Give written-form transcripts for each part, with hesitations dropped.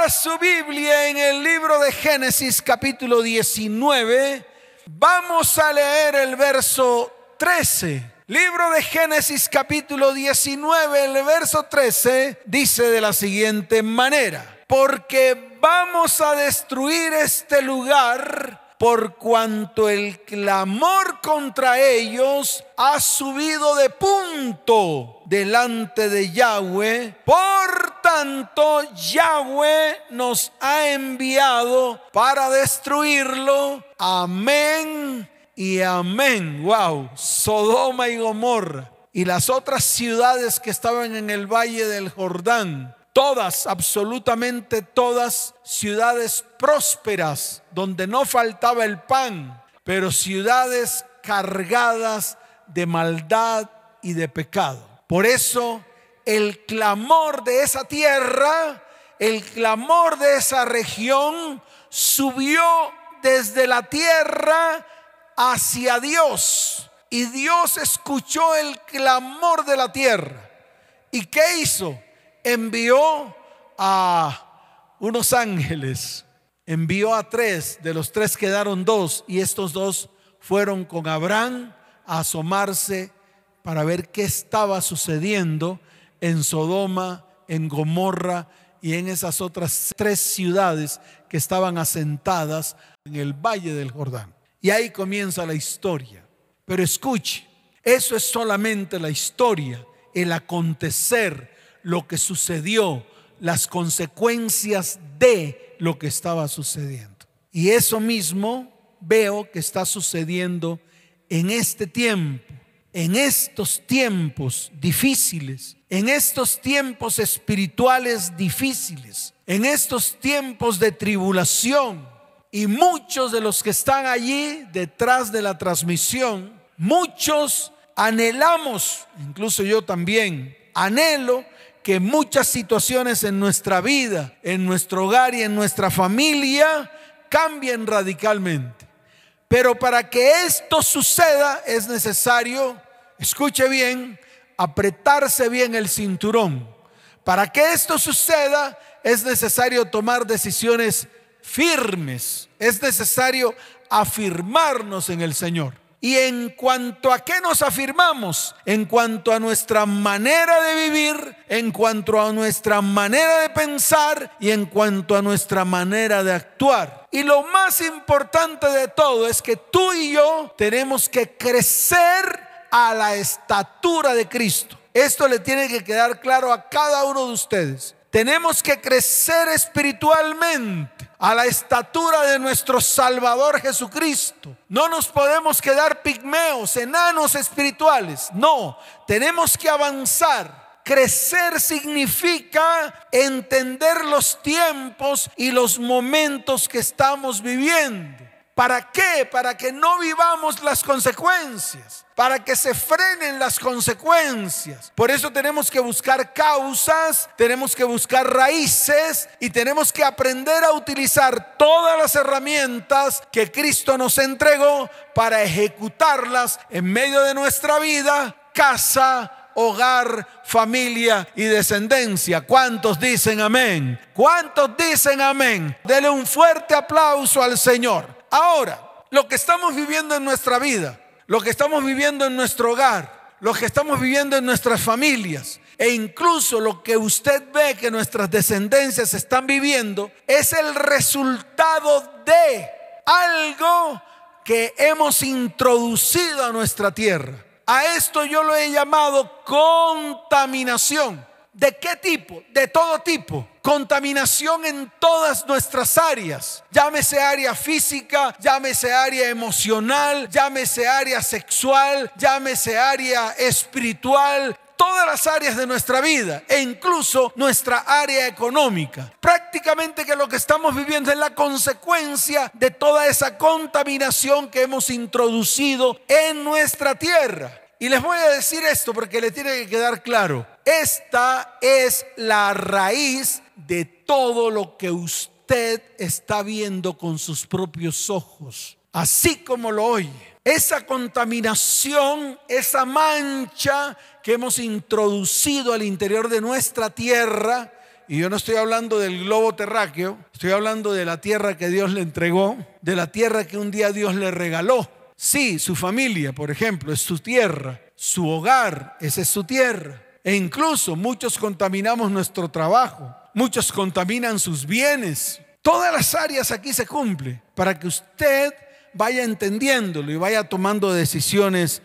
Abra su Biblia en el libro de Génesis capítulo 19. Vamos a leer el verso 13. Libro de Génesis capítulo 19, el verso 13 dice de la siguiente manera: porque vamos a destruir este lugar por cuanto el clamor contra ellos ha subido de punto delante de Yahweh. Por tanto, Yahweh nos ha enviado para destruirlo. Amén y amén. Wow, Sodoma y Gomorra y las otras ciudades que estaban en el valle del Jordán, todas, absolutamente todas, ciudades prósperas, donde no faltaba el pan, pero ciudades cargadas de maldad y de pecado. Por eso el clamor de esa tierra, el clamor de esa región subió desde la tierra hacia Dios, y Dios escuchó el clamor de la tierra. ¿Y qué hizo? Envió a unos ángeles, envió a 3, de los 3 quedaron 2, y estos 2 fueron con Abraham a asomarse para ver qué estaba sucediendo en Sodoma, en Gomorra y en esas otras 3 ciudades que estaban asentadas en el valle del Jordán. Y ahí comienza la historia. Pero escuche, eso es solamente la historia, el acontecer, lo que sucedió, las consecuencias de lo que estaba sucediendo. Y eso mismo veo que está sucediendo en este tiempo, en estos tiempos difíciles, en estos tiempos espirituales difíciles, en estos tiempos de tribulación. Y muchos de los que están allí detrás de la transmisión, muchos anhelamos, incluso yo también anhelo, que muchas situaciones en nuestra vida, en nuestro hogar y en nuestra familia cambien radicalmente. Pero para que esto suceda es necesario, escuche bien, apretarse bien el cinturón. Para que esto suceda es necesario tomar decisiones firmes, es necesario afirmarnos en el Señor. Y en cuanto a qué nos afirmamos, en cuanto a nuestra manera de vivir, en cuanto a nuestra manera de pensar y en cuanto a nuestra manera de actuar. Y lo más importante de todo es que tú y yo tenemos que crecer a la estatura de Cristo. Esto le tiene que quedar claro a cada uno de ustedes. Tenemos que crecer espiritualmente a la estatura de nuestro Salvador Jesucristo. No nos podemos quedar pigmeos, enanos espirituales. No, tenemos que avanzar. Crecer significa entender los tiempos y los momentos que estamos viviendo. ¿Para qué? Para que no vivamos las consecuencias, para que se frenen las consecuencias. Por eso tenemos que buscar causas, tenemos que buscar raíces y tenemos que aprender a utilizar todas las herramientas que Cristo nos entregó para ejecutarlas en medio de nuestra vida, casa, hogar, familia y descendencia. ¿Cuántos dicen amén? ¿Cuántos dicen amén? Dele un fuerte aplauso al Señor. Ahora, lo que estamos viviendo en nuestra vida, lo que estamos viviendo en nuestro hogar, lo que estamos viviendo en nuestras familias e incluso lo que usted ve que nuestras descendencias están viviendo, es el resultado de algo que hemos introducido a nuestra tierra. A esto yo lo he llamado contaminación. ¿De qué tipo? De todo tipo. Contaminación en todas nuestras áreas. Llámese área física, llámese área emocional, llámese área sexual, llámese área espiritual. Todas las áreas de nuestra vida e incluso nuestra área económica. Prácticamente que lo que estamos viviendo es la consecuencia de toda esa contaminación que hemos introducido en nuestra tierra. Y les voy a decir esto porque le tiene que quedar claro. Esta es la raíz de todo lo que usted está viendo con sus propios ojos, así como lo oye. Esa contaminación, esa mancha que hemos introducido al interior de nuestra tierra Y yo no estoy hablando del globo terráqueo, estoy hablando de la tierra que Dios le entregó, de la tierra que un día Dios le regaló. Sí, su familia, por ejemplo, es su tierra, su hogar, esa es su tierra. E incluso muchos contaminamos nuestro trabajo, muchos contaminan sus bienes. Todas las áreas aquí se cumplen para que usted vaya entendiéndolo y vaya tomando decisiones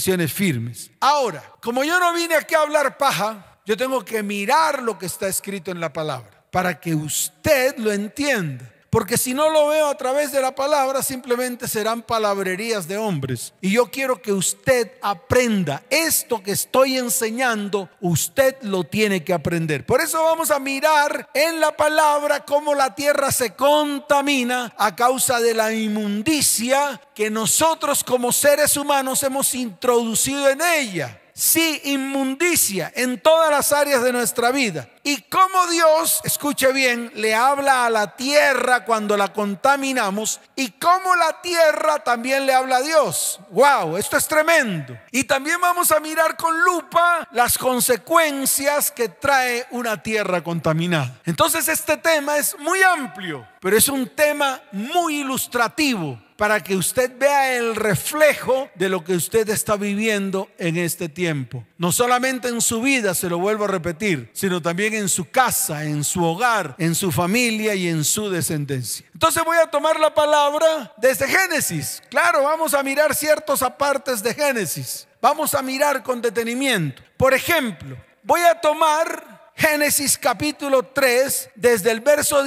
firmes. Ahora, como yo no vine aquí a hablar paja, yo tengo que mirar lo que está escrito en la palabra para que usted lo entienda. Porque si no lo veo a través de la palabra, simplemente serán palabrerías de hombres. Y yo quiero que usted aprenda esto que estoy enseñando, usted lo tiene que aprender. Por eso vamos a mirar en la palabra cómo la tierra se contamina a causa de la inmundicia que nosotros como seres humanos hemos introducido en ella. Sí, inmundicia en todas las áreas de nuestra vida. Y como Dios, escuche bien, le habla a la tierra cuando la contaminamos, y como la tierra también le habla a Dios. ¡Wow! Esto es tremendo. Y también vamos a mirar con lupa las consecuencias que trae una tierra contaminada. Entonces este tema es muy amplio, pero es un tema muy ilustrativo para que usted vea el reflejo de lo que usted está viviendo en este tiempo. No solamente en su vida, se lo vuelvo a repetir, sino también en su casa, en su hogar, en su familia y en su descendencia. Entonces voy a tomar la palabra desde Génesis. Claro, vamos a mirar ciertos apartes de Génesis. Vamos a mirar con detenimiento. Por ejemplo, voy a tomar Génesis capítulo 3 desde el verso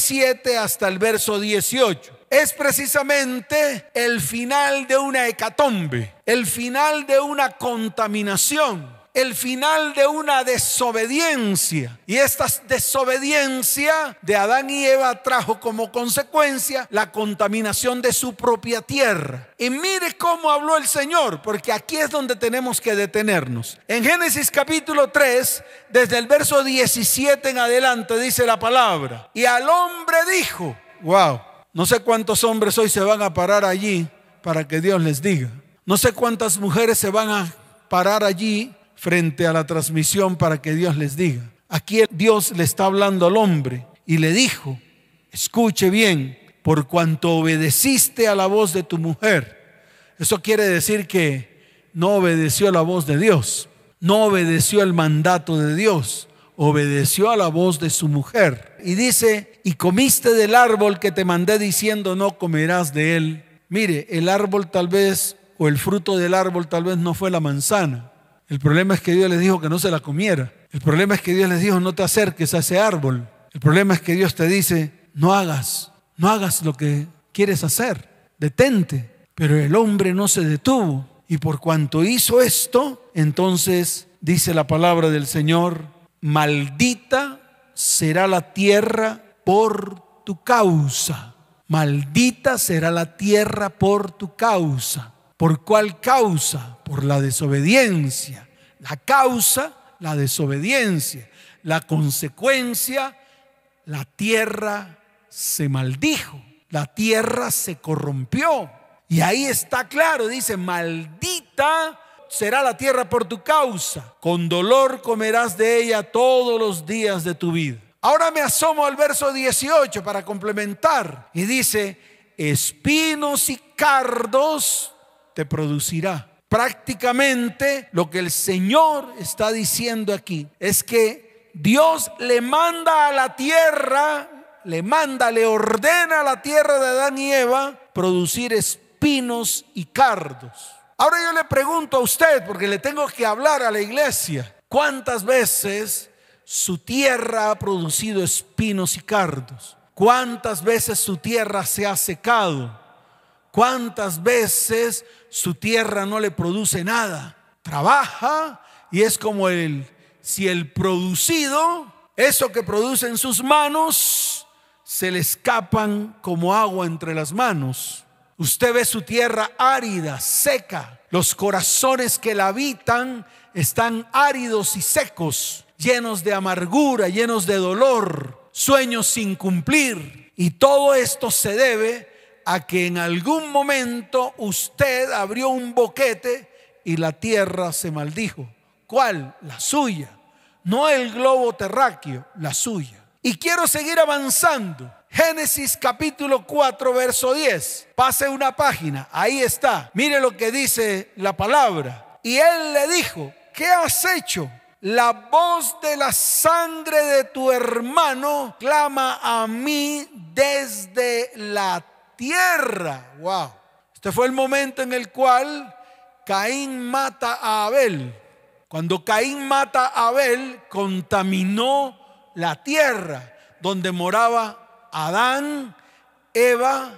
17 hasta el verso 18. Es precisamente el final de una hecatombe, el final de una contaminación, el final de una desobediencia. Y esta desobediencia de Adán y Eva trajo como consecuencia la contaminación de su propia tierra. Y mire cómo habló el Señor, porque aquí es donde tenemos que detenernos. En Génesis capítulo 3, desde el verso 17 en adelante, dice la palabra: y al hombre dijo, wow, no sé cuántos hombres hoy se van a parar allí para que Dios les diga. No sé cuántas mujeres se van a parar allí frente a la transmisión para que Dios les diga. Aquí Dios le está hablando al hombre y le dijo, escuche bien, por cuanto obedeciste a la voz de tu mujer. Eso quiere decir que no obedeció a la voz de Dios, no obedeció el mandato de Dios, obedeció a la voz de su mujer. Y dice, y comiste del árbol que te mandé diciendo no comerás de él. Mire, el árbol tal vez, o el fruto del árbol tal vez no fue la manzana. El problema es que Dios les dijo que no se la comiera. El problema es que Dios les dijo no te acerques a ese árbol. El problema es que Dios te dice no hagas lo que quieres hacer, detente. Pero el hombre no se detuvo, y por cuanto hizo esto, entonces dice la palabra del Señor, maldita será la tierra por tu causa. Maldita será la tierra por tu causa. ¿Por cuál causa? Por la desobediencia. La causa, la desobediencia. La consecuencia, la tierra se maldijo. La tierra se corrompió. Y ahí está claro, dice, maldita será la tierra por tu causa. Con dolor comerás de ella todos los días de tu vida. Ahora me asomo al verso 18 para complementar. Y dice, espinos y cardos te producirá. Prácticamente lo que el Señor está diciendo aquí es que Dios le manda a la tierra, le ordena a la tierra de Adán y Eva producir espinos y cardos. Ahora yo le pregunto a usted, porque le tengo que hablar a la iglesia, ¿cuántas veces su tierra ha producido espinos y cardos? ¿Cuántas veces su tierra se ha secado? ¿Cuántas veces su tierra no le produce nada? Trabaja y es como si el producido, eso que produce en sus manos, se le escapan como agua entre las manos. Usted ve su tierra árida, seca. Los corazones que la habitan están áridos y secos, llenos de amargura, llenos de dolor, sueños sin cumplir. Y todo esto se debe a que en algún momento usted abrió un boquete y la tierra se maldijo. ¿Cuál? La suya. no el globo terráqueo, la suya. Y quiero seguir avanzando. Génesis capítulo 4, verso 10. Pase una página, ahí está. Mire lo que dice la palabra. Y él le dijo: ¿qué has hecho? La voz de la sangre de tu hermano clama a mí desde la tierra. Wow. Este fue el momento en el cual Caín mata a Abel. Cuando Caín mata a Abel, contaminó la tierra donde moraba Adán, Eva,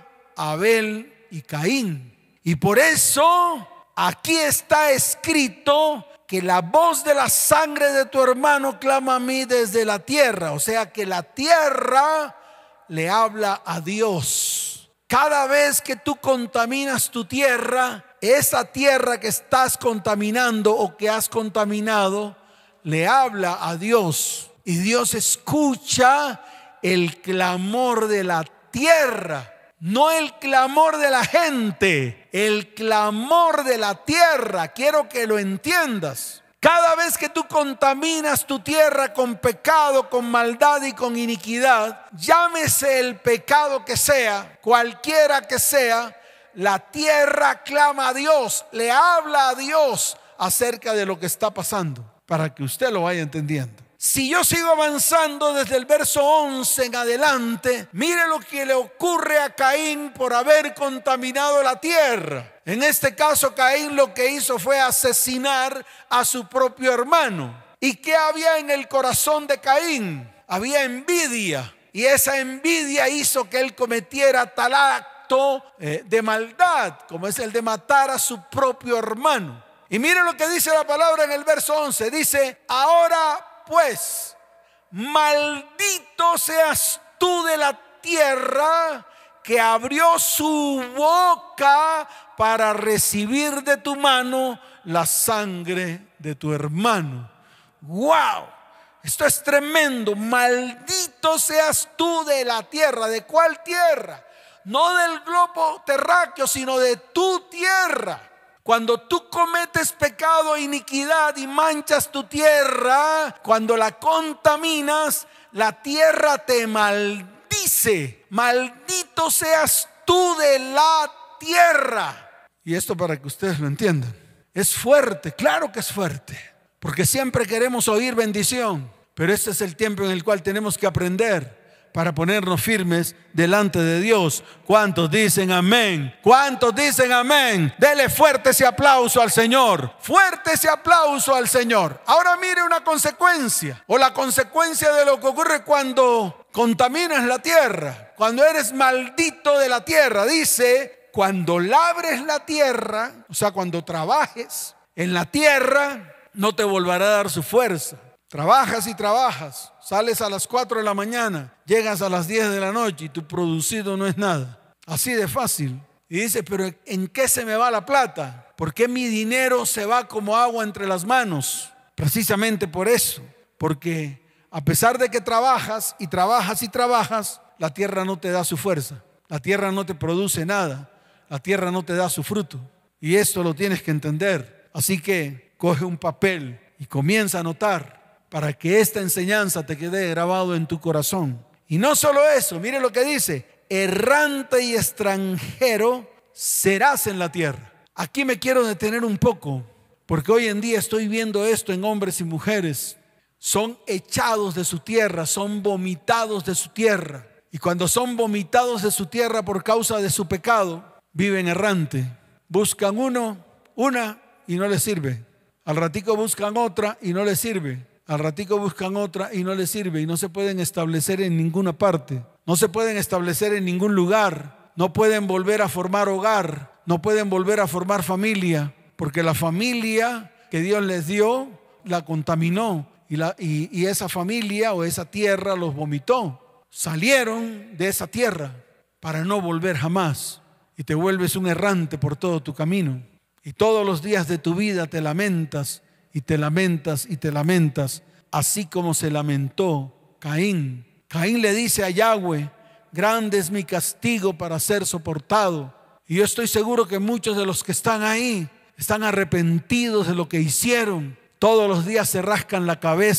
Abel y Caín. Y por eso aquí está escrito que la voz de la sangre de tu hermano clama a mí desde la tierra. O sea que la tierra le habla a Dios. Cada vez que tú contaminas tu tierra, esa tierra que estás contaminando o que has contaminado le habla a Dios. Y Dios escucha el clamor de la tierra. No el clamor de la gente, el clamor de la tierra. Quiero que lo entiendas. Cada vez que tú contaminas tu tierra con pecado, con maldad y con iniquidad, llámese el pecado que sea, cualquiera que sea, la tierra clama a Dios, le habla a Dios acerca de lo que está pasando, para que usted lo vaya entendiendo. Si yo sigo avanzando desde el verso 11 en adelante, mire lo que le ocurre a Caín por haber contaminado la tierra. En este caso, Caín lo que hizo fue asesinar a su propio hermano. ¿Y qué había en el corazón de Caín? Había envidia, y esa envidia hizo que él cometiera tal acto de maldad, como es el de matar a su propio hermano. Y mire lo que dice la palabra en el verso 11. Dice: ahora pues, maldito seas tú de la tierra que abrió su boca para recibir de tu mano la sangre de tu hermano. ¡Wow! Esto es tremendo. Maldito seas tú de la tierra. ¿De cuál tierra? No del globo terráqueo, sino de tu tierra. Cuando tú cometes pecado, iniquidad y manchas tu tierra, cuando la contaminas, la tierra te maldice. Maldito seas tú de la tierra. Y esto para que ustedes lo entiendan. Es fuerte, claro que es fuerte, porque siempre queremos oír bendición. Pero este es el tiempo en el cual tenemos que aprender para ponernos firmes delante de Dios. ¿Cuántos dicen amén? ¿Cuántos dicen amén? Dele fuerte ese aplauso al Señor. Fuerte ese aplauso al Señor. Ahora mire una consecuencia, o la consecuencia de lo que ocurre cuando contaminas la tierra, cuando eres maldito de la tierra. Dice: cuando labres la tierra, o sea, cuando trabajes en la tierra, no te volverá a dar su fuerza. Trabajas y trabajas, sales a las 4 de la mañana, llegas a las 10 de la noche y tu producido no es nada. Así de fácil. Y dice: pero ¿en qué se me va la plata? ¿Por qué mi dinero se va como agua entre las manos? Precisamente por eso, porque a pesar de que trabajas y trabajas y trabajas, la tierra no te da su fuerza, la tierra no te produce nada, la tierra no te da su fruto. Y esto lo tienes que entender. Así que coge un papel y comienza a anotar, para que esta enseñanza te quede grabado en tu corazón. Y no solo eso, mire lo que dice: errante y extranjero serás en la tierra. Aquí me quiero detener un poco, porque hoy en día estoy viendo esto en hombres y mujeres. Son echados de su tierra, son vomitados de su tierra. Y cuando son vomitados de su tierra por causa de su pecado, viven errante. Buscan una y no les sirve. Al ratico buscan otra y no les sirve. Al ratico buscan otra y no les sirve, y no se pueden establecer en ninguna parte, no se pueden establecer en ningún lugar, no pueden volver a formar hogar, no pueden volver a formar familia, porque la familia que Dios les dio la contaminó, y esa familia o esa tierra los vomitó. Salieron de esa tierra para no volver jamás, y te vuelves un errante por todo tu camino, y todos los días de tu vida te lamentas y te lamentas y te lamentas, así como se lamentó Caín. Caín le dice a Yahweh: grande es mi castigo para ser soportado. Y yo estoy seguro que muchos de los que están ahí están arrepentidos de lo que hicieron. Todos los días se rascan la cabeza,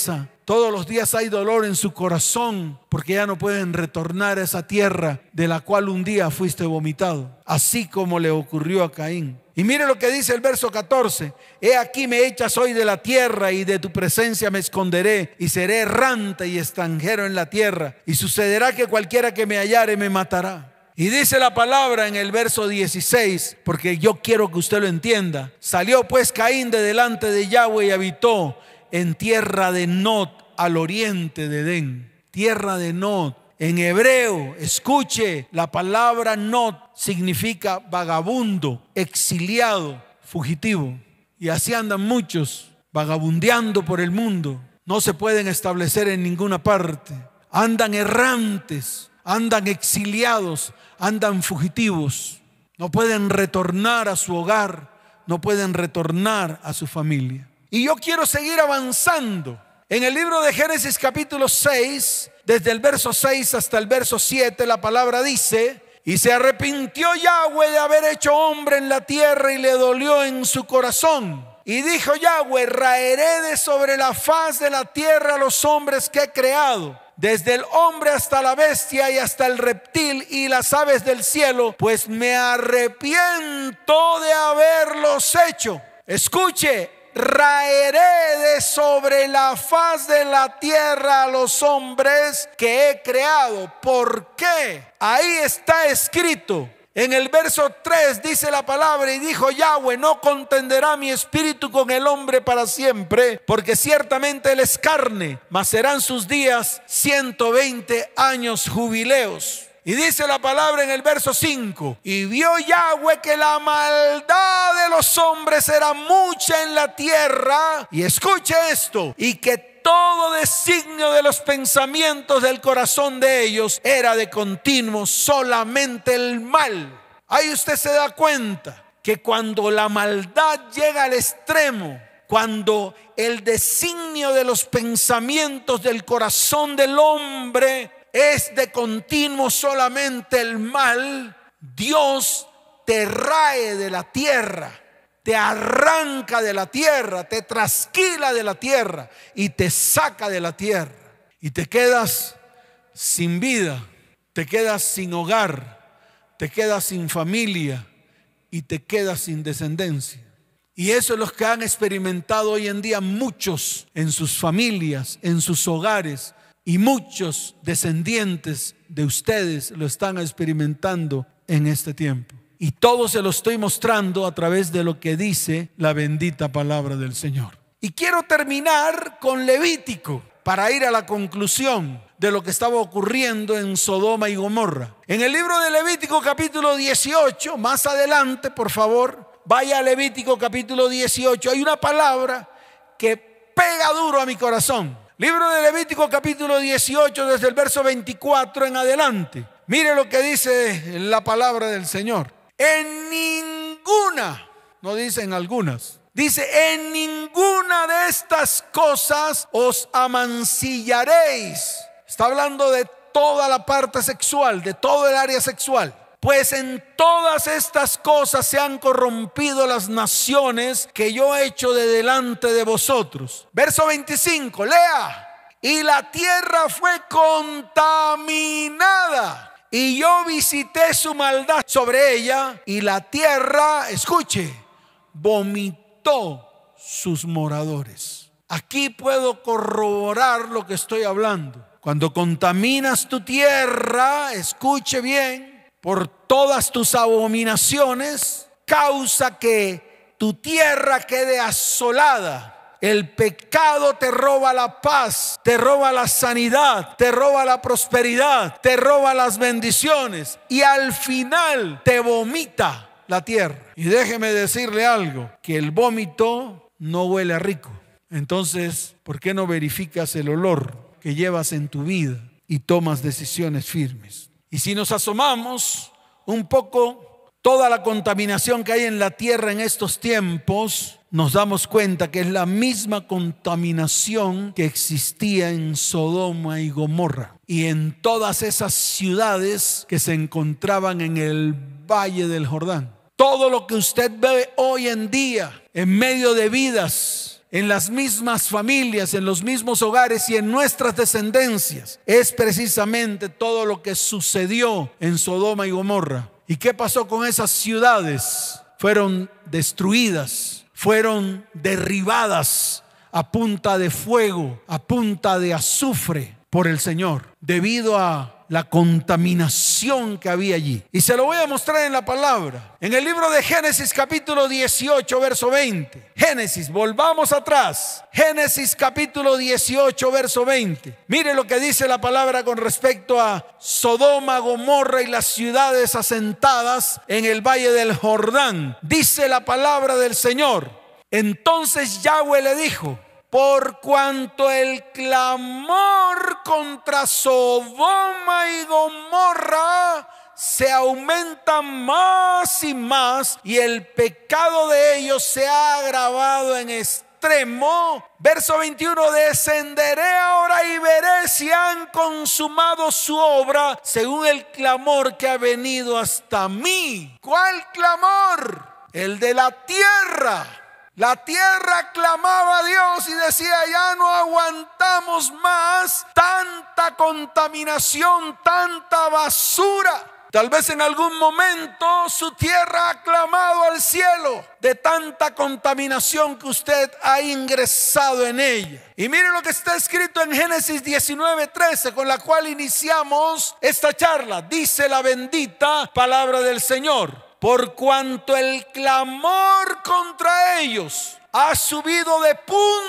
Todos los días hay dolor en su corazón porque ya no pueden retornar a esa tierra de la cual un día fuiste vomitado, así como le ocurrió a Caín. Y mire lo que dice el verso 14: he aquí me echas hoy de la tierra y de tu presencia me esconderé y seré errante y extranjero en la tierra, y sucederá que cualquiera que me hallare me matará. Y dice la palabra en el verso 16, porque yo quiero que usted lo entienda: salió pues Caín de delante de Yahweh y habitó en tierra de Nod, al oriente de Edén. Tierra de Nod. En hebreo, escuche, la palabra Nod significa vagabundo, exiliado, fugitivo. Y así andan muchos vagabundeando por el mundo. No se pueden establecer en ninguna parte. Andan errantes, andan exiliados, andan fugitivos. No pueden retornar a su hogar, no pueden retornar a su familia. Y yo quiero seguir avanzando. En el libro de Génesis capítulo 6, desde el verso 6 hasta el verso 7, la palabra dice: y se arrepintió Yahweh de haber hecho hombre en la tierra y le dolió en su corazón. Y dijo Yahweh: raeré de sobre la faz de la tierra a los hombres que he creado, desde el hombre hasta la bestia y hasta el reptil y las aves del cielo, pues me arrepiento de haberlos hecho. Escuche: raeré de sobre la faz de la tierra a los hombres que he creado. ¿Por qué? Ahí está escrito. En el verso 3 dice la palabra: y dijo Yahweh: no contenderá mi espíritu con el hombre para siempre, porque ciertamente él es carne, mas serán sus días 120 años jubileos. Y dice la palabra en el verso 5: y vio Yahweh que la maldad de los hombres era mucha en la tierra. Y escuche esto: y que todo designio de los pensamientos del corazón de ellos era de continuo solamente el mal. Ahí usted se da cuenta que cuando la maldad llega al extremo, cuando el designio de los pensamientos del corazón del hombre es de continuo solamente el mal, Dios te rae de la tierra, te arranca de la tierra, te trasquila de la tierra y te saca de la tierra. Y te quedas sin vida, te quedas sin hogar, te quedas sin familia y te quedas sin descendencia. Y eso es lo que han experimentado hoy en día muchos en sus familias, en sus hogares. Y muchos descendientes de ustedes lo están experimentando en este tiempo. Y todo se lo estoy mostrando a través de lo que dice la bendita palabra del Señor. Y quiero terminar con Levítico para ir a la conclusión de lo que estaba ocurriendo en Sodoma y Gomorra. En el libro de Levítico capítulo 18, más adelante, por favor, vaya a Levítico capítulo 18. Hay una palabra que pega duro a mi corazón. Libro de Levítico capítulo 18, desde el verso 24 en adelante. Mire lo que dice la palabra del Señor. En ninguna, no dice en algunas, dice: en ninguna de estas cosas os amancillaréis. Está hablando de toda la parte sexual, de todo el área sexual. Pues en todas estas cosas se han corrompido las naciones que yo he hecho de delante de vosotros. Verso 25, lea: y la tierra fue contaminada, y yo visité su maldad sobre ella, y la tierra, escuche, vomitó sus moradores. Aquí puedo corroborar lo que estoy hablando. Cuando contaminas tu tierra, escuche bien, por todas tus abominaciones, causa que tu tierra quede asolada. El pecado te roba la paz, te roba la sanidad, te roba la prosperidad, te roba las bendiciones y al final te vomita la tierra. Y déjeme decirle algo, que el vómito no huele a rico. Entonces, ¿por qué no verificas el olor que llevas en tu vida y tomas decisiones firmes? Y si nos asomamos un poco, toda la contaminación que hay en la tierra en estos tiempos, nos damos cuenta que es la misma contaminación que existía en Sodoma y Gomorra y en todas esas ciudades que se encontraban en el Valle del Jordán. Todo lo que usted ve hoy en día en medio de vidas en las mismas familias, en los mismos hogares y en nuestras descendencias, es precisamente todo lo que sucedió en Sodoma y Gomorra. ¿Y qué pasó con esas ciudades? Fueron destruidas, fueron derribadas a punta de fuego, a punta de azufre por el Señor, debido a la contaminación que había allí. Y se lo voy a mostrar en la palabra. En el libro de Génesis capítulo 18 verso 20. Génesis, volvamos atrás. Génesis capítulo 18 verso 20. Mire lo que dice la palabra con respecto a Sodoma, Gomorra y las ciudades asentadas en el valle del Jordán. Dice la palabra del Señor: entonces Yahweh le dijo: por cuanto el clamor contra Sodoma y Gomorra se aumenta más y más, y el pecado de ellos se ha agravado en extremo. Verso 21: descenderé ahora y veré si han consumado su obra según el clamor que ha venido hasta mí. ¿Cuál clamor? El de la tierra. La tierra clamaba a Dios y decía: ya no aguantamos más tanta contaminación, tanta basura. Tal vez en algún momento su tierra ha clamado al cielo de tanta contaminación que usted ha ingresado en ella. Y mire lo que está escrito en Génesis 19:13, con la cual iniciamos esta charla. Dice la bendita palabra del Señor: por cuanto el clamor contra ellos ha subido de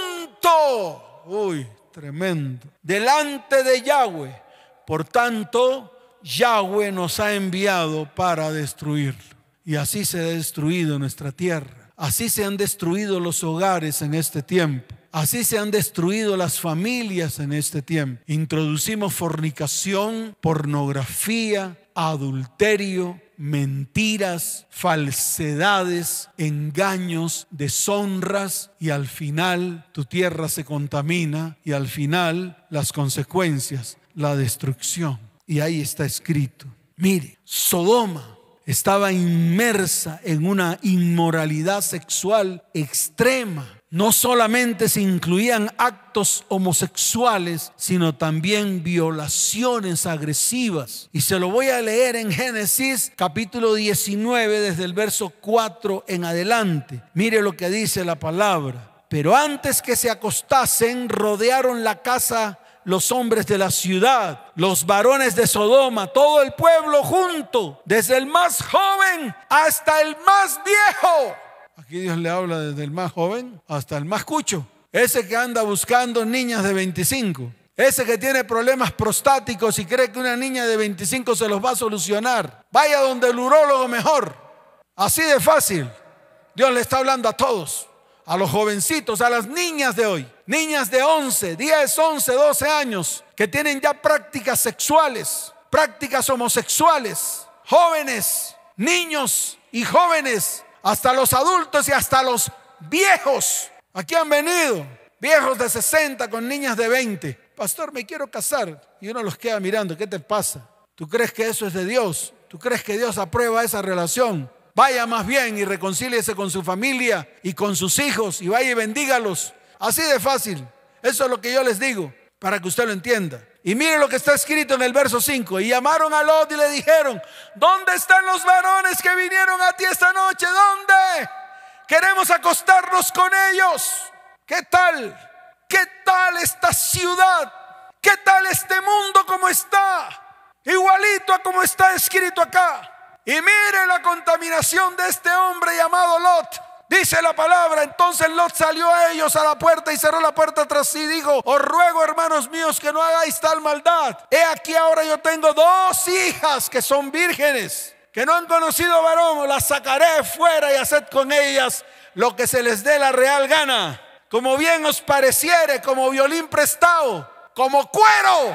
punto, tremendo, delante de Yahweh, por tanto Yahweh nos ha enviado para destruirlo. Y así se ha destruido nuestra tierra, así se han destruido los hogares en este tiempo, así se han destruido las familias en este tiempo. Introducimos fornicación, pornografía, adulterio, mentiras, falsedades, engaños, deshonras, y al final tu tierra se contamina, y al final las consecuencias, la destrucción. Y ahí está escrito. Mire, Sodoma estaba inmersa en una inmoralidad sexual extrema. No solamente se incluían actos homosexuales, sino también violaciones agresivas. Y se lo voy a leer en Génesis capítulo 19, desde el verso 4 en adelante. Mire lo que dice la palabra. Pero antes que se acostasen, rodearon la casa los hombres de la ciudad, los varones de Sodoma, todo el pueblo junto, desde el más joven hasta el más viejo. Aquí Dios le habla desde el más joven hasta el más cucho. Ese que anda buscando niñas de 25. Ese que tiene problemas prostáticos y cree que una niña de 25 se los va a solucionar. Vaya donde el urólogo mejor. Así de fácil. Dios le está hablando a todos. A los jovencitos, a las niñas de hoy. Niñas de 11, 10, 11, 12 años que tienen ya prácticas sexuales, prácticas homosexuales. Jóvenes, niños y jóvenes, hasta los adultos y hasta los viejos. Aquí han venido viejos de 60 con niñas de 20. Pastor, me quiero casar. Y uno los queda mirando. ¿Qué te pasa? ¿Tú crees que eso es de Dios? ¿Tú crees que Dios aprueba esa relación? Vaya más bien y reconcíliese con su familia y con sus hijos, y vaya y bendígalos. Así de fácil. Eso es lo que yo les digo, para que usted lo entienda. Y mire lo que está escrito en el verso 5. Y llamaron a Lot y le dijeron: ¿dónde están los varones que vinieron a ti esta noche? ¿Dónde? Queremos acostarnos con ellos. ¿Qué tal? ¿Qué tal esta ciudad? ¿Qué tal este mundo como está? Igualito a como está escrito acá. Y mire la contaminación de este hombre llamado Lot. Dice la palabra: entonces Lot salió a ellos a la puerta y cerró la puerta tras sí y dijo: os ruego, hermanos míos, que no hagáis tal maldad. He aquí ahora yo tengo 2 hijas que son vírgenes, que no han conocido varón. Las sacaré fuera y haced con ellas lo que se les dé la real gana, como bien os pareciere, como violín prestado, como cuero.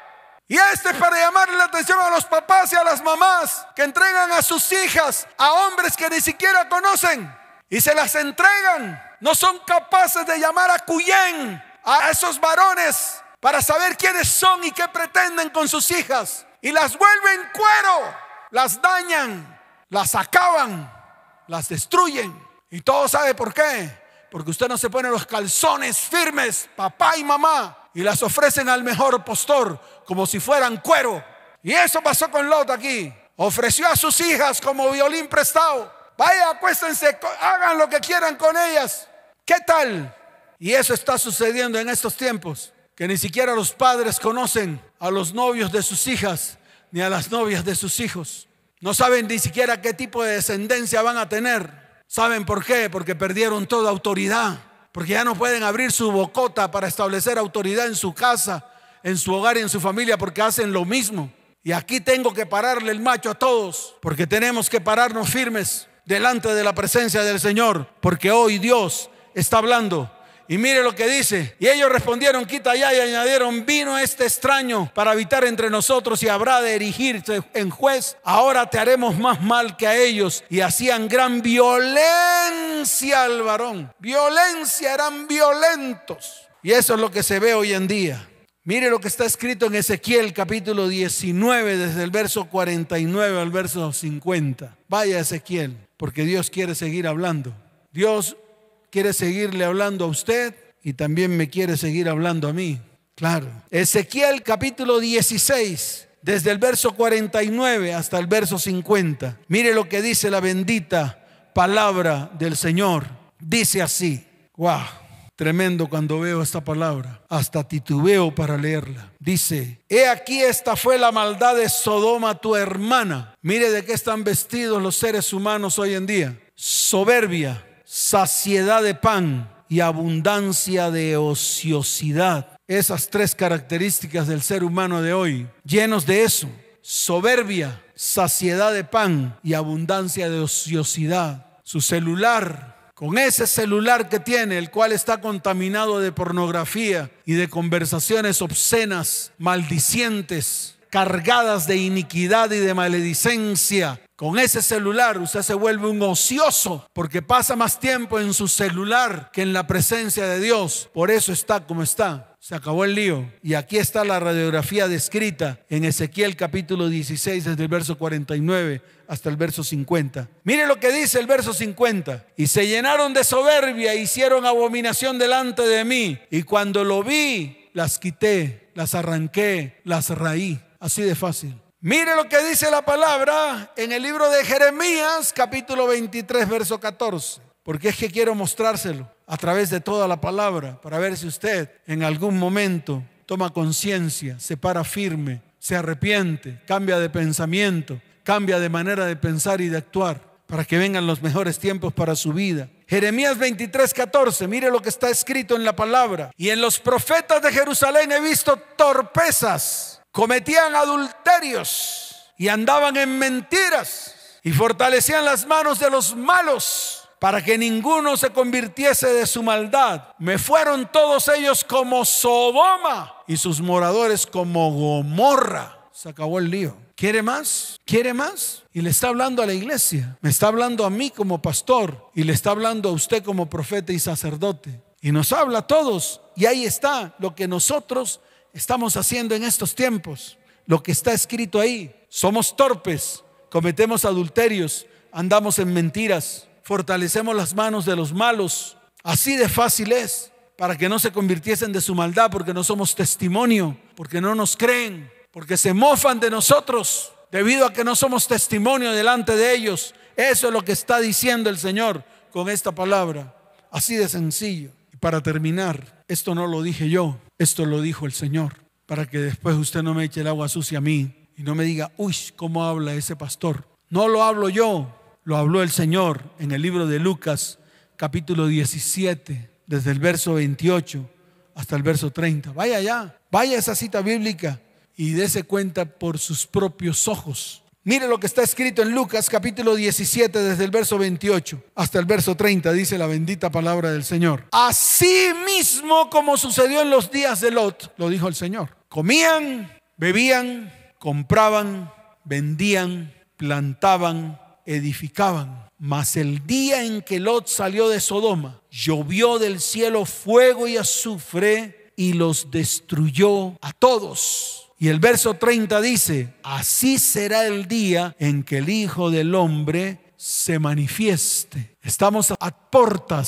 Y este es para llamarle la atención a los papás y a las mamás que entregan a sus hijas a hombres que ni siquiera conocen y se las entregan. No son capaces de llamar a cuyén a esos varones para saber quiénes son y qué pretenden con sus hijas, y las vuelven cuero, las dañan, las acaban, las destruyen. Y todo sabe por qué. Porque usted no se pone los calzones firmes, papá y mamá, y las ofrecen al mejor postor como si fueran cuero. Y eso pasó con Lot aquí. Ofreció a sus hijas como violín prestado. Vaya, acuéstense, hagan lo que quieran con ellas. ¿Qué tal? Y eso está sucediendo en estos tiempos, que ni siquiera los padres conocen a los novios de sus hijas ni a las novias de sus hijos. No saben ni siquiera qué tipo de descendencia van a tener. ¿Saben por qué? Porque perdieron toda autoridad, porque ya no pueden abrir su bocota para establecer autoridad en su casa, en su hogar y en su familia, porque hacen lo mismo. Y aquí tengo que pararle el macho a todos, porque tenemos que pararnos firmes delante de la presencia del Señor, porque hoy Dios está hablando. Y mire lo que dice: y ellos respondieron, quita ya, y añadieron, vino este extraño para habitar entre nosotros y habrá de erigirse en juez. Ahora te haremos más mal que a ellos. Y hacían gran violencia al varón. Violencia, eran violentos. Y eso es lo que se ve hoy en día. Mire lo que está escrito en Ezequiel capítulo 19, desde el verso 49 al verso 50. Vaya Ezequiel, porque Dios quiere seguir hablando. Dios quiere seguirle hablando a usted y también me quiere seguir hablando a mí. Claro. Ezequiel capítulo 16, desde el verso 49 hasta el verso 50. Mire lo que dice la bendita palabra del Señor. Dice así. ¡Wow! Tremendo cuando veo esta palabra. Hasta titubeo para leerla. Dice: he aquí, esta fue la maldad de Sodoma, tu hermana. Mire de qué están vestidos los seres humanos hoy en día. Soberbia, saciedad de pan y abundancia de ociosidad. Esas tres características del ser humano de hoy, llenos de eso: soberbia, saciedad de pan y abundancia de ociosidad. Su celular, con ese celular que tiene, el cual está contaminado de pornografía y de conversaciones obscenas, maldicientes, cargadas de iniquidad y de maledicencia. Con ese celular usted se vuelve un ocioso, porque pasa más tiempo en su celular que en la presencia de Dios. Por eso está como está. Se acabó el lío. Y aquí está la radiografía descrita en Ezequiel capítulo 16, desde el verso 49 hasta el verso 50. Mire lo que dice el verso 50. Y se llenaron de soberbia, hicieron abominación delante de mí. Y cuando lo vi, las quité, las arranqué, las raí. Así de fácil. Mire lo que dice la palabra en el libro de Jeremías, capítulo 23, verso 14. Porque es que quiero mostrárselo a través de toda la palabra, para ver si usted en algún momento toma conciencia, se para firme, se arrepiente, cambia de pensamiento, cambia de manera de pensar y de actuar, para que vengan los mejores tiempos para su vida. Jeremías 23, 14, mire lo que está escrito en la palabra. Y en los profetas de Jerusalén he visto torpezas. Cometían adulterios y andaban en mentiras y fortalecían las manos de los malos para que ninguno se convirtiese de su maldad. Me fueron todos ellos como Sodoma y sus moradores como Gomorra. Se acabó el lío. ¿Quiere más? ¿Quiere más? Y le está hablando a la iglesia. Me está hablando a mí como pastor y le está hablando a usted como profeta y sacerdote. Y nos habla a todos. Y ahí está lo que nosotros estamos haciendo en estos tiempos, lo que está escrito ahí. Somos torpes, cometemos adulterios, andamos en mentiras, fortalecemos las manos de los malos. Así de fácil es, para que no se convirtiesen de su maldad, porque no somos testimonio, porque no nos creen, porque se mofan de nosotros debido a que no somos testimonio delante de ellos. Eso es lo que está diciendo el Señor con esta palabra, así de sencillo. Y para terminar, esto no lo dije yo, esto lo dijo el Señor, para que después usted no me eche el agua sucia a mí y no me diga, uy, ¿cómo habla ese pastor? No lo hablo yo, lo habló el Señor en el libro de Lucas, capítulo 17, desde el verso 28 hasta el verso 30. Vaya allá, vaya a esa cita bíblica y dése cuenta por sus propios ojos. Mire lo que está escrito en Lucas capítulo 17, desde el verso 28 hasta el verso 30, dice la bendita palabra del Señor. Así mismo como sucedió en los días de Lot, lo dijo el Señor. Comían, bebían, compraban, vendían, plantaban, edificaban. Mas el día en que Lot salió de Sodoma, llovió del cielo fuego y azufre y los destruyó a todos. Y el verso 30 dice: así será el día en que el Hijo del Hombre se manifieste. Estamos a puertas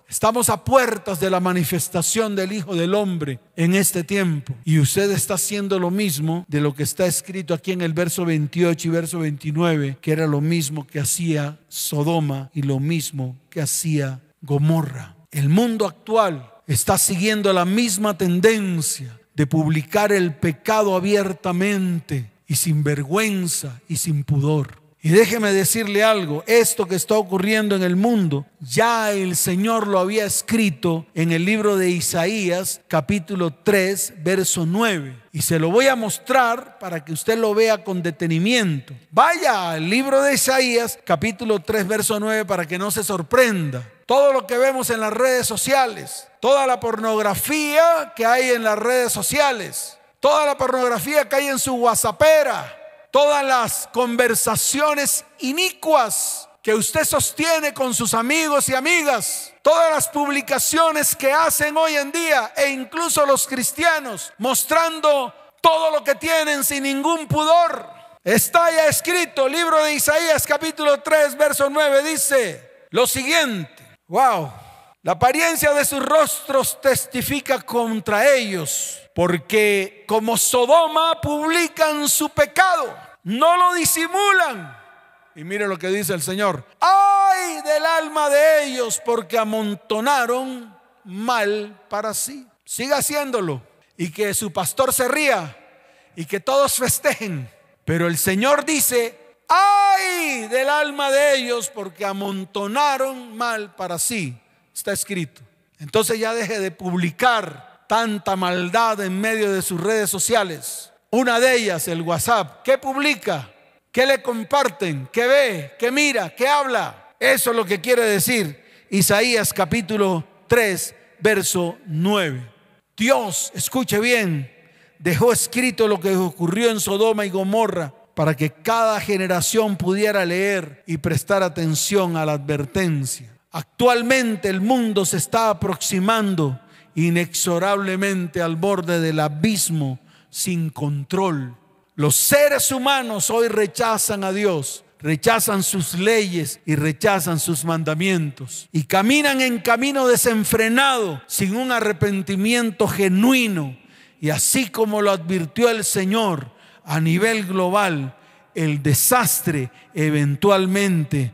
Estamos a puertas de la manifestación del Hijo del Hombre en este tiempo. Y usted está haciendo lo mismo de lo que está escrito aquí en el verso 28 y verso 29, que era lo mismo que hacía Sodoma y lo mismo que hacía Gomorra. El mundo actual está siguiendo la misma tendencia de publicar el pecado abiertamente y sin vergüenza y sin pudor. Y déjeme decirle algo, esto que está ocurriendo en el mundo, ya el Señor lo había escrito en el libro de Isaías, capítulo 3, verso 9. Y se lo voy a mostrar para que usted lo vea con detenimiento. Vaya al libro de Isaías, capítulo 3, verso 9, para que no se sorprenda. Todo lo que vemos en las redes sociales, toda la pornografía que hay en las redes sociales, toda la pornografía que hay en su WhatsAppera, todas las conversaciones inicuas que usted sostiene con sus amigos y amigas, todas las publicaciones que hacen hoy en día e incluso los cristianos mostrando todo lo que tienen sin ningún pudor. Está ya escrito, libro de Isaías capítulo 3 verso 9 dice lo siguiente. Wow, la apariencia de sus rostros testifica contra ellos, porque como Sodoma publican su pecado, no lo disimulan. Y mire lo que dice el Señor: ay del alma de ellos, porque amontonaron mal para sí. Siga haciéndolo y que su pastor se ría y que todos festejen. Pero el Señor dice: ay del alma de ellos, porque amontonaron mal para sí. Está escrito. Entonces ya deje de publicar tanta maldad en medio de sus redes sociales. Una de ellas, el WhatsApp. ¿Qué publica? ¿Qué le comparten? ¿Qué ve? ¿Qué mira? ¿Qué habla? Eso es lo que quiere decir Isaías capítulo 3 verso 9. Dios, escuche bien, dejó escrito lo que ocurrió en Sodoma y Gomorra para que cada generación pudiera leer y prestar atención a la advertencia. Actualmente el mundo se está aproximando inexorablemente al borde del abismo sin control. Los seres humanos hoy rechazan a Dios, rechazan sus leyes y rechazan sus mandamientos, y caminan en camino desenfrenado sin un arrepentimiento genuino. Y así como lo advirtió el Señor a nivel global, el desastre eventualmente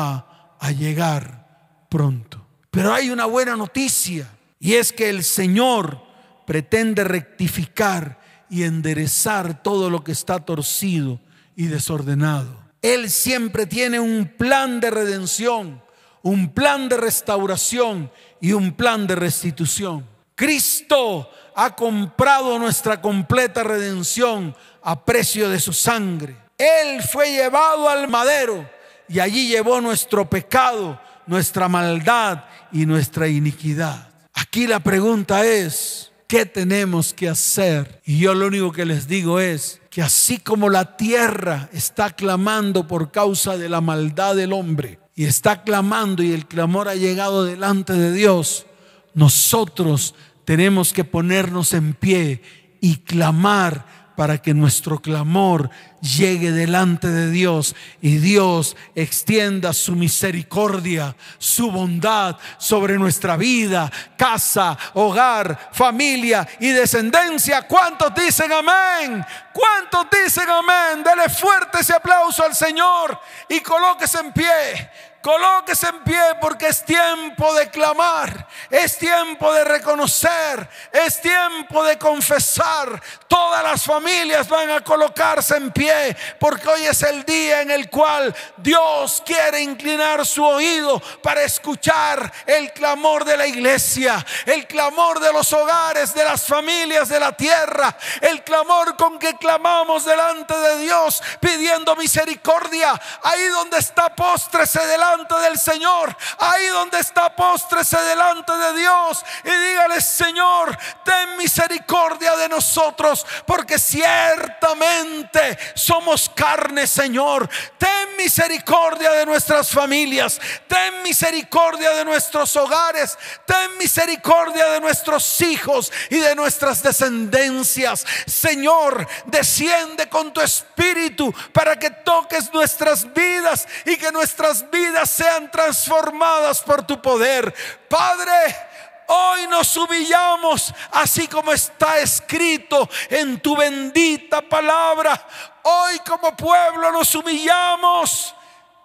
va a llegar pronto. Pero hay una buena noticia, y es que el Señor pretende rectificar y enderezar todo lo que está torcido y desordenado. Él siempre tiene un plan de redención, un plan de restauración y un plan de restitución. Cristo ha comprado nuestra completa redención a precio de su sangre. Él fue llevado al madero y allí llevó nuestro pecado, nuestra maldad y nuestra iniquidad. Aquí la pregunta es: ¿qué tenemos que hacer? Y yo lo único que les digo es que así como la tierra está clamando por causa de la maldad del hombre, y está clamando y el clamor ha llegado delante de Dios, nosotros tenemos que ponernos en pie y clamar para que nuestro clamor llegue delante de Dios y Dios extienda su misericordia, su bondad sobre nuestra vida, casa, hogar, familia y descendencia. ¿Cuántos dicen amén? ¿Cuántos dicen amén? Dele fuerte ese aplauso al Señor y colóquese en pie. Colóquese en pie, porque es tiempo de clamar, es tiempo de reconocer, es tiempo de confesar. Todas las familias van a colocarse en pie, porque hoy es el día en el cual Dios quiere inclinar su oído para escuchar el clamor de la iglesia, el clamor de los hogares, de las familias de la tierra, el clamor con que clamamos delante de Dios pidiendo misericordia. Ahí donde está, póstrese delante del Señor. Ahí donde está, póstrese delante de Dios y dígale: Señor, ten misericordia de nosotros, porque ciertamente somos carne, Señor. Ten misericordia de nuestras familias, ten misericordia de nuestros hogares, ten misericordia de nuestros hijos y de nuestras descendencias. Señor, desciende con tu espíritu para que toques nuestras vidas y que nuestras vidas sean transformadas por tu poder. Padre, hoy nos humillamos, así como está escrito en tu bendita palabra. Hoy como pueblo nos humillamos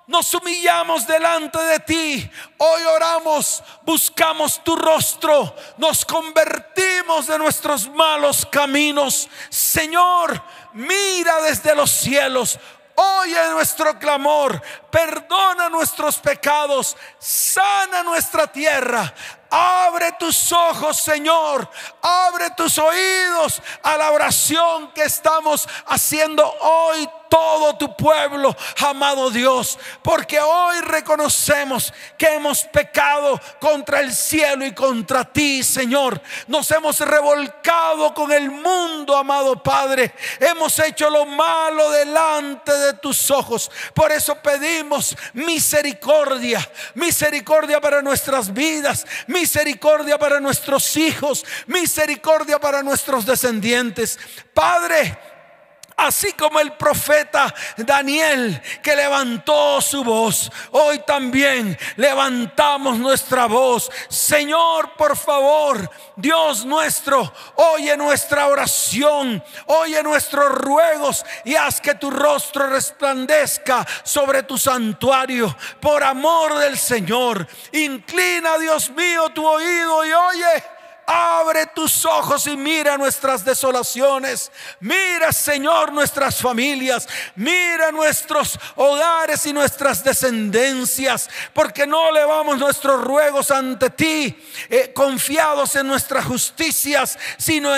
delante de ti. Hoy oramos, buscamos tu rostro, nos convertimos de nuestros malos caminos. Señor, mira desde los cielos, oye nuestro clamor, perdona nuestros pecados, sana nuestra tierra. Abre tus ojos, Señor, abre tus oídos a la oración que estamos haciendo hoy todo tu pueblo, amado Dios, porque hoy reconocemos que hemos pecado contra el cielo y contra ti, Señor. Nos hemos revolcado con el mundo, amado Padre. Hemos hecho lo malo delante de tus ojos. Por eso pedimos misericordia, misericordia para nuestras vidas, misericordia para nuestros hijos, misericordia para nuestros descendientes. Padre, así como el profeta Daniel, que levantó su voz, hoy también levantamos nuestra voz. Señor, por favor, Dios nuestro, oye nuestra oración, oye nuestros ruegos y haz que tu rostro resplandezca sobre tu santuario. Por amor del Señor, inclina, Dios mío, tu oído y oye. Abre tus ojos y mira nuestras desolaciones. Mira, Señor, nuestras familias. Mira nuestros hogares y nuestras descendencias, porque no elevamos nuestros ruegos ante ti confiados en nuestras justicias, sino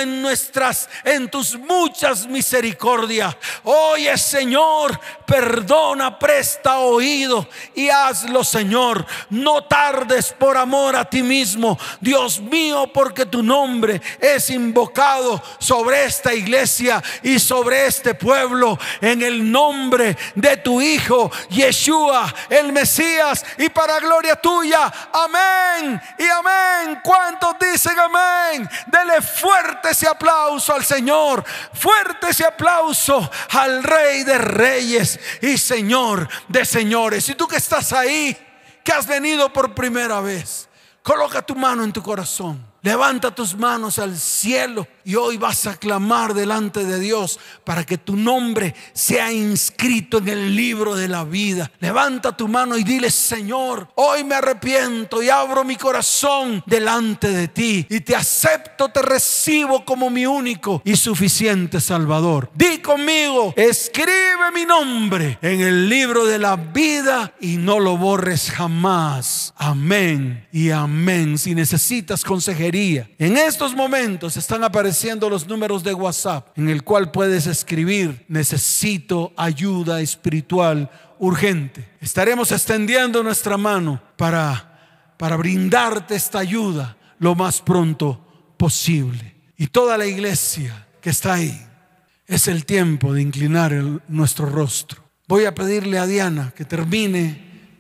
en tus muchas misericordias. Oye, Señor, perdona, presta oído y hazlo, Señor. No tardes por amor a ti mismo, Dios mío, porque tu nombre es invocado sobre esta iglesia y sobre este pueblo, en el nombre de tu Hijo Yeshua, el Mesías, y para gloria tuya. Amén y amén. ¿Cuántos dicen amén? Dele fuerte ese aplauso al Señor, fuerte ese aplauso al Rey de Reyes y Señor de señores. Y tú que estás ahí, que has venido por primera vez, coloca tu mano en tu corazón. Levanta tus manos al cielo y hoy vas a clamar delante de Dios para que tu nombre sea inscrito en el libro de la vida. Levanta tu mano y dile: Señor, hoy me arrepiento y abro mi corazón delante de ti y te acepto, te recibo como mi único y suficiente Salvador. Di conmigo: escribe mi nombre en el libro de la vida y no lo borres jamás. Amén y amén. Si necesitas consejería, en estos momentos están apareciendo los números de WhatsApp en el cual puedes escribir: necesito ayuda espiritual urgente. Estaremos extendiendo nuestra mano para brindarte esta ayuda lo más pronto posible. Y toda la iglesia que está ahí, es el tiempo de inclinar nuestro rostro. Voy a pedirle a Diana que termine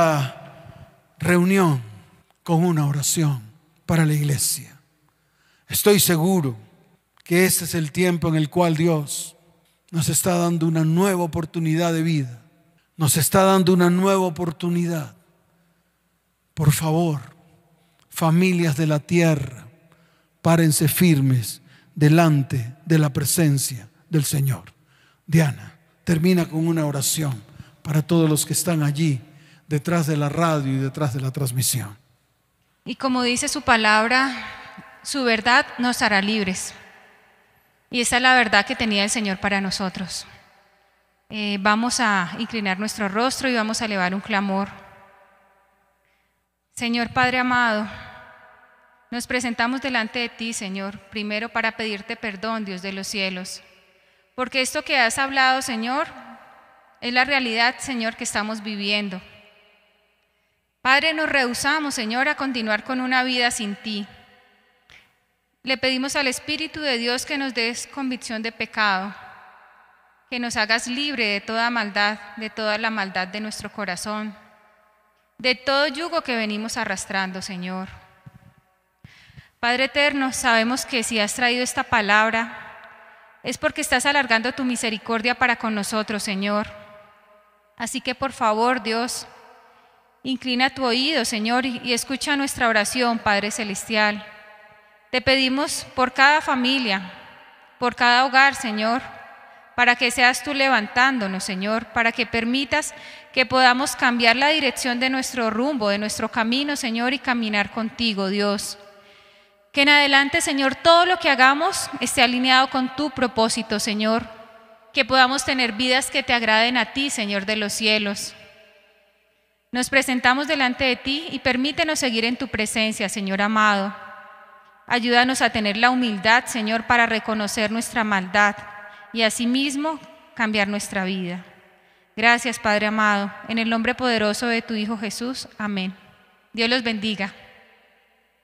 esta reunión con una oración para la iglesia. Estoy seguro que este es el tiempo en el cual Dios nos está dando una nueva oportunidad de vida. Nos está dando una nueva oportunidad. Por favor, familias de la tierra, párense firmes delante de la presencia del Señor. Diana, termina con una oración para todos los que están allí detrás de la radio y detrás de la transmisión. Y como dice su palabra, su verdad nos hará libres. Y esa es la verdad que tenía el Señor para nosotros. Vamos a inclinar nuestro rostro y vamos a elevar un clamor. Señor Padre amado, nos presentamos delante de ti, Señor, primero para pedirte perdón, Dios de los cielos, porque esto que has hablado, Señor, es la realidad, Señor, que estamos viviendo. Padre, nos rehusamos, Señor, a continuar con una vida sin ti. Le pedimos al Espíritu de Dios que nos des convicción de pecado, que nos hagas libre de toda maldad, de toda la maldad de nuestro corazón, de todo yugo que venimos arrastrando, Señor. Padre eterno, sabemos que si has traído esta palabra es porque estás alargando tu misericordia para con nosotros, Señor. Así que por favor, Dios, inclina tu oído, Señor, y escucha nuestra oración, Padre Celestial. Te pedimos por cada familia, por cada hogar, Señor, para que seas tú levantándonos, Señor, para que permitas que podamos cambiar la dirección de nuestro rumbo, de nuestro camino, Señor, y caminar contigo, Dios. Que en adelante, Señor, todo lo que hagamos esté alineado con tu propósito, Señor. Que podamos tener vidas que te agraden a ti, Señor de los cielos. Nos presentamos delante de ti y permítenos seguir en tu presencia, Señor amado. Ayúdanos a tener la humildad, Señor, para reconocer nuestra maldad y asimismo cambiar nuestra vida. Gracias, Padre amado, en el nombre poderoso de tu Hijo Jesús. Amén. Dios los bendiga.